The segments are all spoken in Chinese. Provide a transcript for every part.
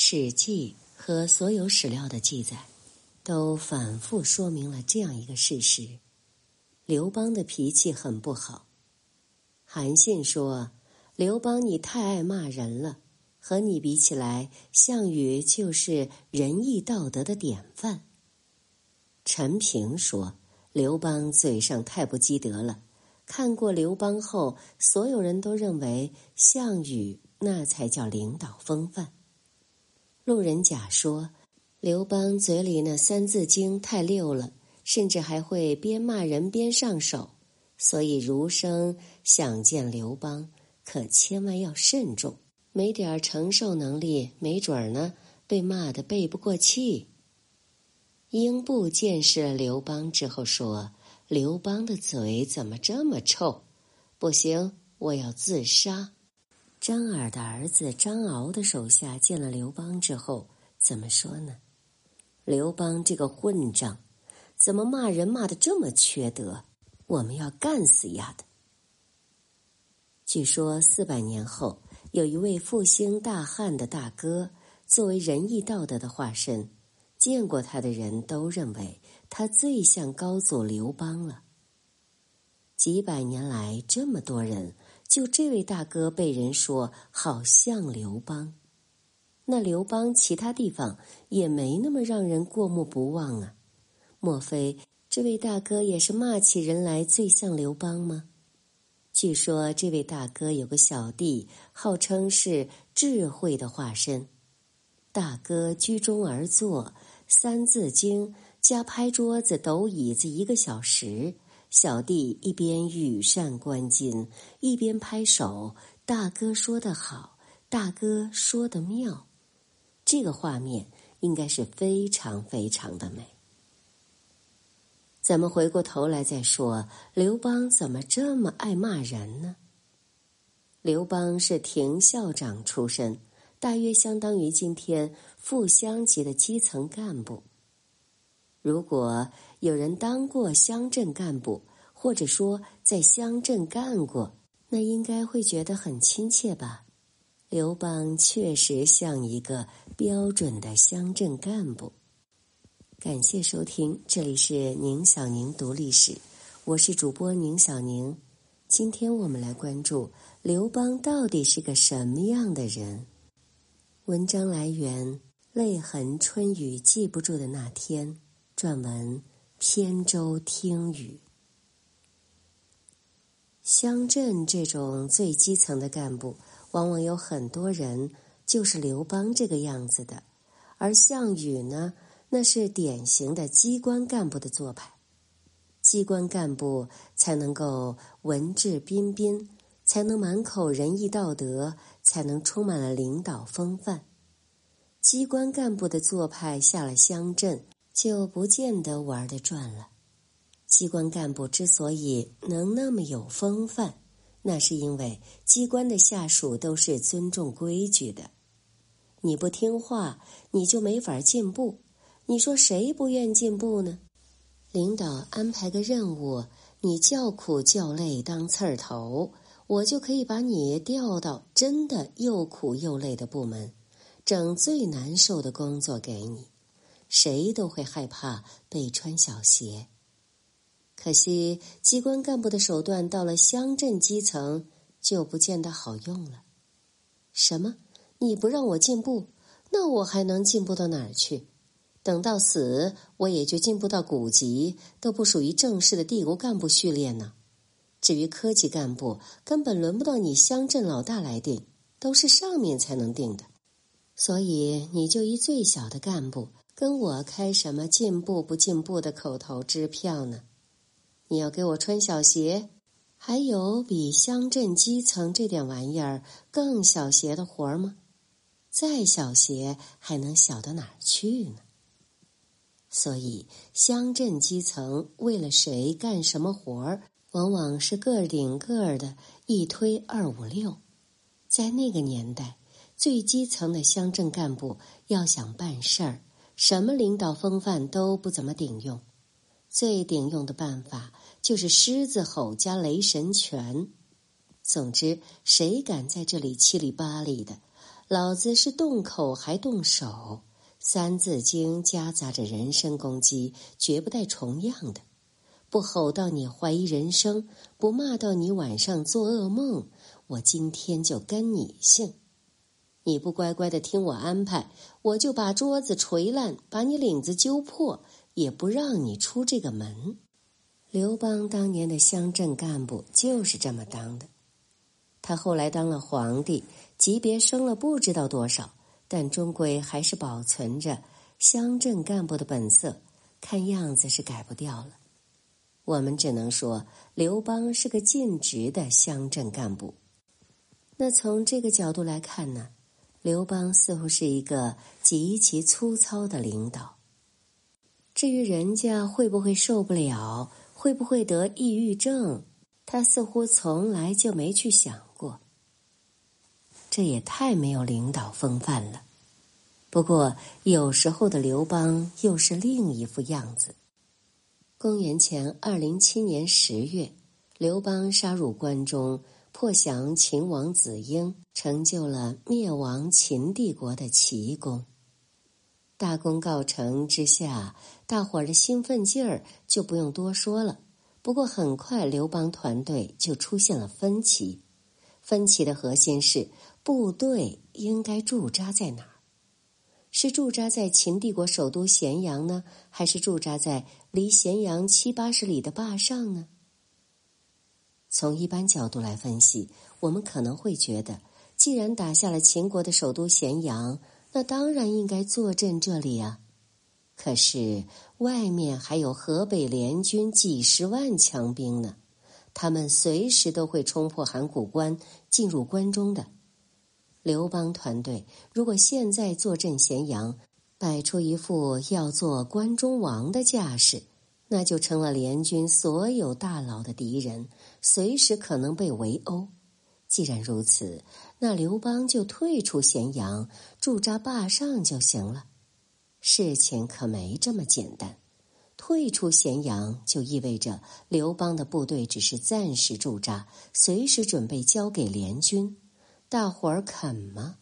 史记》和所有史料的记载都反复说明了这样一个事实：刘邦的脾气很不好。韩信说，刘邦你太爱骂人了，和你比起来，项羽就是仁义道德的典范。陈平说，刘邦嘴上太不积德了，看过刘邦后，所有人都认为项羽那才叫领导风范。路人甲说，刘邦嘴里那三字经太溜了，甚至还会边骂人边上手，所以儒生想见刘邦，可千万要慎重，没点承受能力，没准儿呢被骂得背不过气。英布见识了刘邦之后说，刘邦的嘴怎么这么臭？不行，我要自杀。张耳的儿子张敖的手下见了刘邦之后怎么说呢？刘邦这个混账，怎么骂人骂得这么缺德？我们要干死丫的。据说400年后，有一位复兴大汉的大哥，作为仁义道德的化身，见过他的人都认为他最像高祖刘邦了。几百年来，这么多人，就这位大哥被人说好像刘邦，那刘邦其他地方也没那么让人过目不忘啊。莫非这位大哥也是骂起人来最像刘邦吗？据说这位大哥有个小弟，号称是智慧的化身。大哥居中而坐，三字经加拍桌子抖椅子1个小时，小弟一边羽扇纶巾，一边拍手，大哥说得好，大哥说得妙。这个画面应该是非常非常的美。咱们回过头来再说，刘邦怎么这么爱骂人呢？刘邦是廷校长出身，大约相当于今天副乡级的基层干部。如果有人当过乡镇干部，或者说在乡镇干过，那应该会觉得很亲切吧。刘邦确实像一个标准的乡镇干部。感谢收听，这里是宁小宁读历史，我是主播宁小宁。今天我们来关注刘邦到底是个什么样的人。文章来源泪痕春雨记不住的那天，撰文扁舟听雨。乡镇这种最基层的干部，往往有很多人就是刘邦这个样子的，而项羽呢，那是典型的机关干部的做派。机关干部才能够文质彬彬，才能满口仁义道德，才能充满了领导风范。机关干部的做派下了乡镇，就不见得玩得转了。机关干部之所以能那么有风范，那是因为机关的下属都是尊重规矩的。你不听话，你就没法进步。你说谁不愿进步呢？领导安排个任务，你叫苦叫累当刺儿头，我就可以把你调到真的又苦又累的部门，整最难受的工作给你，谁都会害怕被穿小鞋。可惜机关干部的手段到了乡镇基层就不见得好用了。什么？你不让我进步，那我还能进步到哪儿去？等到死，我也就进步到股级，都不属于正式的帝国干部序列呢。至于科级干部，根本轮不到你乡镇老大来定，都是上面才能定的。所以你就一最小的干部，跟我开什么进步不进步的口头支票呢？你要给我穿小鞋？还有比乡镇基层这点玩意儿更小鞋的活儿吗？再小鞋还能小到哪儿去呢？所以乡镇基层为了谁干什么活儿，往往是个顶个的一推256。在那个年代，最基层的乡镇干部要想办事儿，什么领导风范都不怎么顶用。最顶用的办法就是狮子吼加雷神拳。总之，谁敢在这里七里八里的， 老子是动口还动手，三字经夹杂着人身攻击，绝不带重样的。不吼到你怀疑人生，不骂到你晚上做噩梦，我今天就跟你姓。你不乖乖的听我安排，我就把桌子捶烂，把你领子揪破，也不让你出这个门。刘邦当年的乡镇干部就是这么当的。他后来当了皇帝，级别升了不知道多少，但终归还是保存着乡镇干部的本色，看样子是改不掉了。我们只能说刘邦是个尽职的乡镇干部。那从这个角度来看呢，刘邦似乎是一个极其粗糙的领导。至于人家会不会受不了，会不会得抑郁症，他似乎从来就没去想过。这也太没有领导风范了。不过有时候的刘邦又是另一副样子。公元前207年10月，刘邦杀入关中，破降秦王子婴，成就了灭亡秦帝国的奇功。大功告成之下，大伙儿的兴奋劲儿就不用多说了。不过很快刘邦团队就出现了分歧。分歧的核心是部队应该驻扎在哪儿？是驻扎在秦帝国首都咸阳呢，还是驻扎在离咸阳70-80里的坝上呢？从一般角度来分析，我们可能会觉得，既然打下了秦国的首都咸阳，那当然应该坐镇这里啊。可是外面还有河北联军几十万强兵呢，他们随时都会冲破函谷关，进入关中的。刘邦团队如果现在坐镇咸阳，摆出一副要做关中王的架势，那就成了联军所有大佬的敌人，随时可能被围殴。既然如此，那刘邦就退出咸阳，驻扎坝上就行了。事情可没这么简单。退出咸阳就意味着刘邦的部队只是暂时驻扎，随时准备交给联军。大伙儿肯吗？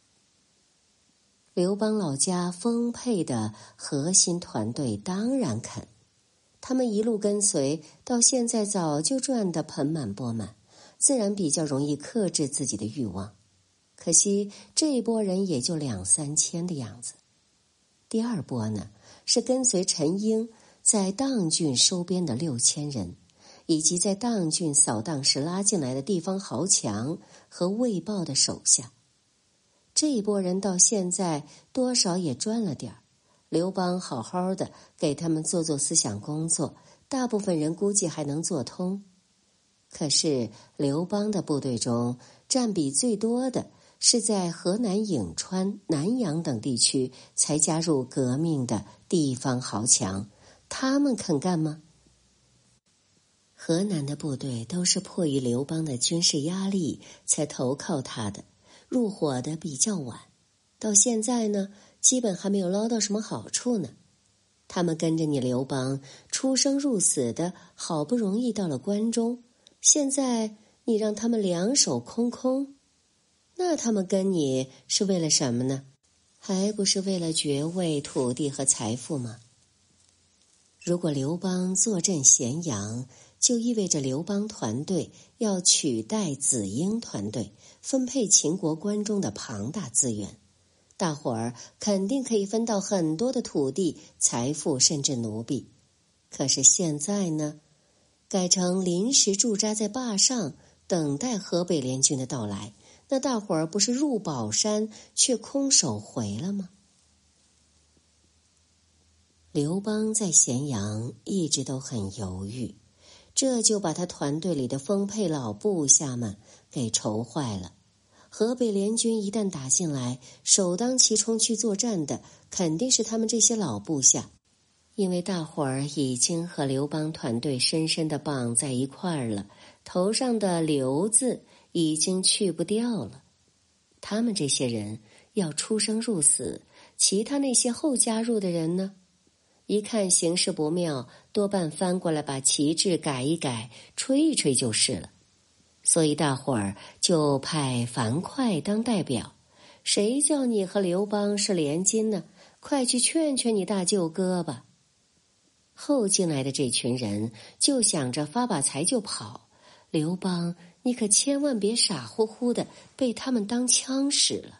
刘邦老家丰沛的核心团队当然肯，他们一路跟随，到现在早就赚得盆满钵满，自然比较容易克制自己的欲望。可惜这一波人也就2-3千的样子。第二波呢，是跟随陈婴在砀郡收编的6000人，以及在砀郡扫荡时拉进来的地方豪强和魏豹的手下。这一波人到现在多少也赚了点儿，刘邦好好的给他们做思想工作，大部分人估计还能做通。可是刘邦的部队中占比最多的是在河南颍川、南阳等地区才加入革命的地方豪强，他们肯干吗？河南的部队都是迫于刘邦的军事压力才投靠他的，入伙的比较晚，到现在呢，基本还没有捞到什么好处呢。他们跟着你刘邦出生入死的，好不容易到了关中，现在你让他们两手空空，那他们跟你是为了什么呢？还不是为了爵位、土地和财富吗？如果刘邦坐镇咸阳，就意味着刘邦团队要取代子婴团队，分配秦国关中的庞大资源，大伙儿肯定可以分到很多的土地、财富，甚至奴婢。可是现在呢，改成临时驻扎在坝上，等待河北联军的到来，那大伙儿不是入宝山却空手回了吗？刘邦在咸阳一直都很犹豫，这就把他团队里的丰沛老部下们给愁坏了。河北联军一旦打进来，首当其冲去作战的肯定是他们这些老部下，因为大伙儿已经和刘邦团队深深地绑在一块儿了，头上的刘字已经去不掉了。他们这些人要出生入死，其他那些后加入的人呢？一看形势不妙，多半翻过来把旗帜改一改，吹一吹就是了。所以大伙儿就派樊哙当代表， 谁叫你和刘邦是连襟呢？快去劝劝你大舅哥吧。后进来的这群人就想着发把财就跑，刘邦，你可千万别傻乎乎的被他们当枪使了。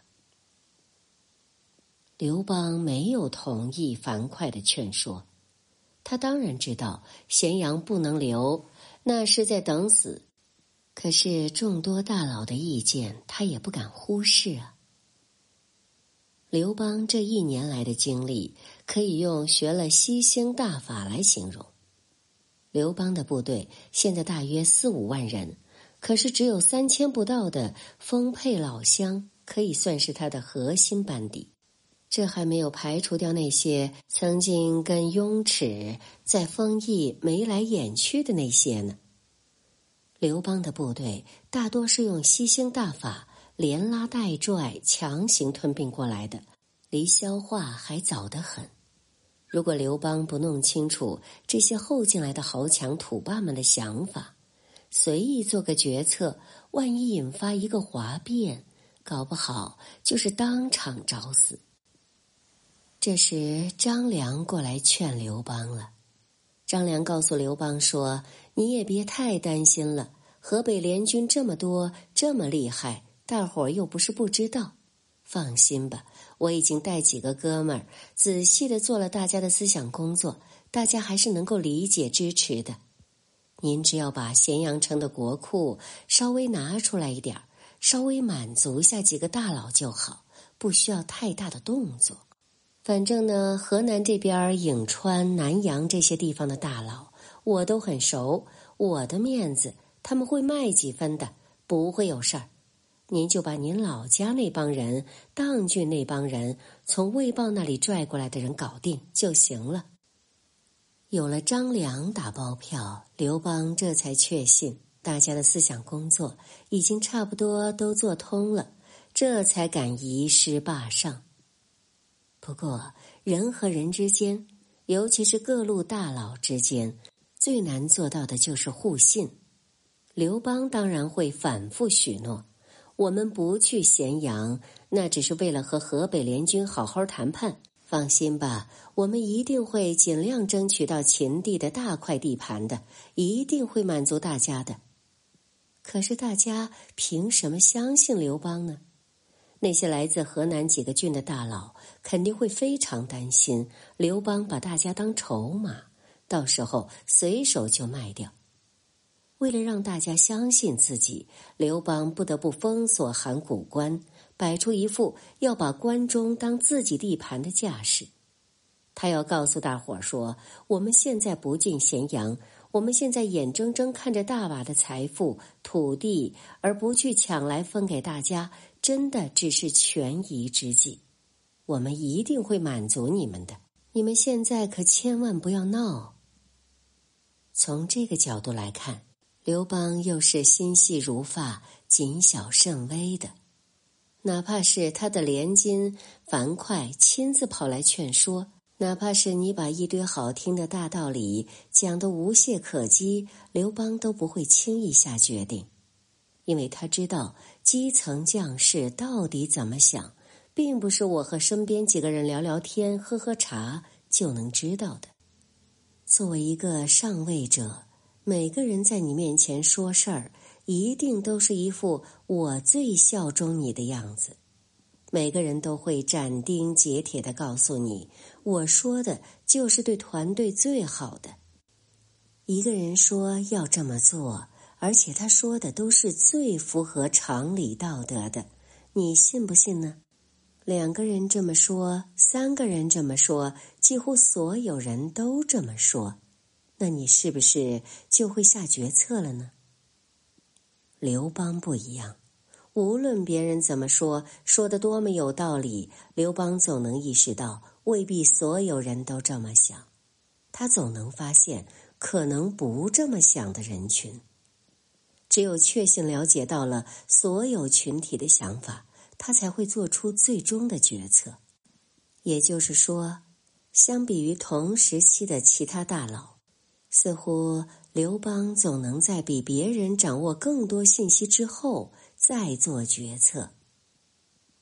刘邦没有同意樊哙的劝说，他当然知道咸阳不能留，那是在等死。可是众多大佬的意见，他也不敢忽视啊。刘邦这1年来的经历，可以用学了吸星大法来形容。刘邦的部队现在大约4、5万人，可是只有3000不到的丰沛老乡可以算是他的核心班底。这还没有排除掉那些曾经跟雍齿在丰邑眉来眼去的那些呢。刘邦的部队大多是用吸星大法连拉带拽强行吞并过来的，离消化还早得很。如果刘邦不弄清楚这些后进来的豪强土霸们的想法，随意做个决策，万一引发一个哗变，搞不好就是当场找死。这时张良过来劝刘邦了。张良告诉刘邦说，你也别太担心了，河北联军这么多，这么厉害，大伙儿又不是不知道。放心吧，我已经带几个哥们儿仔细地做了大家的思想工作，大家还是能够理解支持的。您只要把咸阳城的国库稍微拿出来一点，稍微满足下几个大佬就好，不需要太大的动作。反正呢，河南这边颍川、南阳这些地方的大佬我都很熟，我的面子他们会卖几分的，不会有事儿。您就把您老家那帮人、当郡那帮人从魏豹那里拽过来的人搞定就行了。有了张良打包票，刘邦这才确信大家的思想工作已经差不多都做通了，这才敢移师霸上。不过人和人之间，尤其是各路大佬之间，最难做到的就是互信。刘邦当然会反复许诺，我们不去咸阳，那只是为了和河北联军好好谈判。放心吧，我们一定会尽量争取到秦地的大块地盘的，一定会满足大家的。可是大家凭什么相信刘邦呢？那些来自河南几个郡的大佬肯定会非常担心刘邦把大家当筹码，到时候随手就卖掉。为了让大家相信自己，刘邦不得不封锁函谷关，摆出一副要把关中当自己地盘的架势。他要告诉大伙儿说，我们现在不进咸阳，我们现在眼睁睁看着大把的财富、土地，而不去抢来分给大家，真的只是权宜之计。我们一定会满足你们的，你们现在可千万不要闹。从这个角度来看，刘邦又是心细如发、谨小慎微的。哪怕是他的连襟樊哙亲自跑来劝说，哪怕是你把一堆好听的大道理讲得无懈可击，刘邦都不会轻易下决定，因为他知道基层将士到底怎么想，并不是我和身边几个人聊聊天、喝喝茶就能知道的。作为一个上位者，每个人在你面前说事儿，一定都是一副我最效忠你的样子。每个人都会斩钉截铁地告诉你，我说的就是对团队最好的。一个人说要这么做，而且他说的都是最符合常理道德的，你信不信呢？2个人这么说，3个人这么说，几乎所有人都这么说，那你是不是就会下决策了呢？刘邦不一样，无论别人怎么说，说得多么有道理，刘邦总能意识到未必所有人都这么想，他总能发现可能不这么想的人群。只有确信了解到了所有群体的想法，他才会做出最终的决策。也就是说，相比于同时期的其他大佬，似乎刘邦总能在比别人掌握更多信息之后再做决策。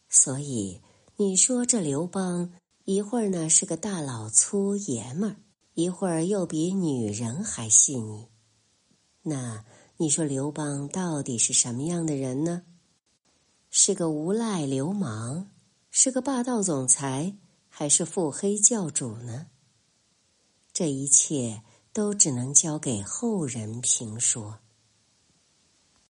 所以你说这刘邦一会儿呢是个大老粗爷们儿，一会儿又比女人还细腻，那你说刘邦到底是什么样的人呢？是个无赖流氓，是个霸道总裁，还是腹黑教主呢？这一切都只能交给后人评说。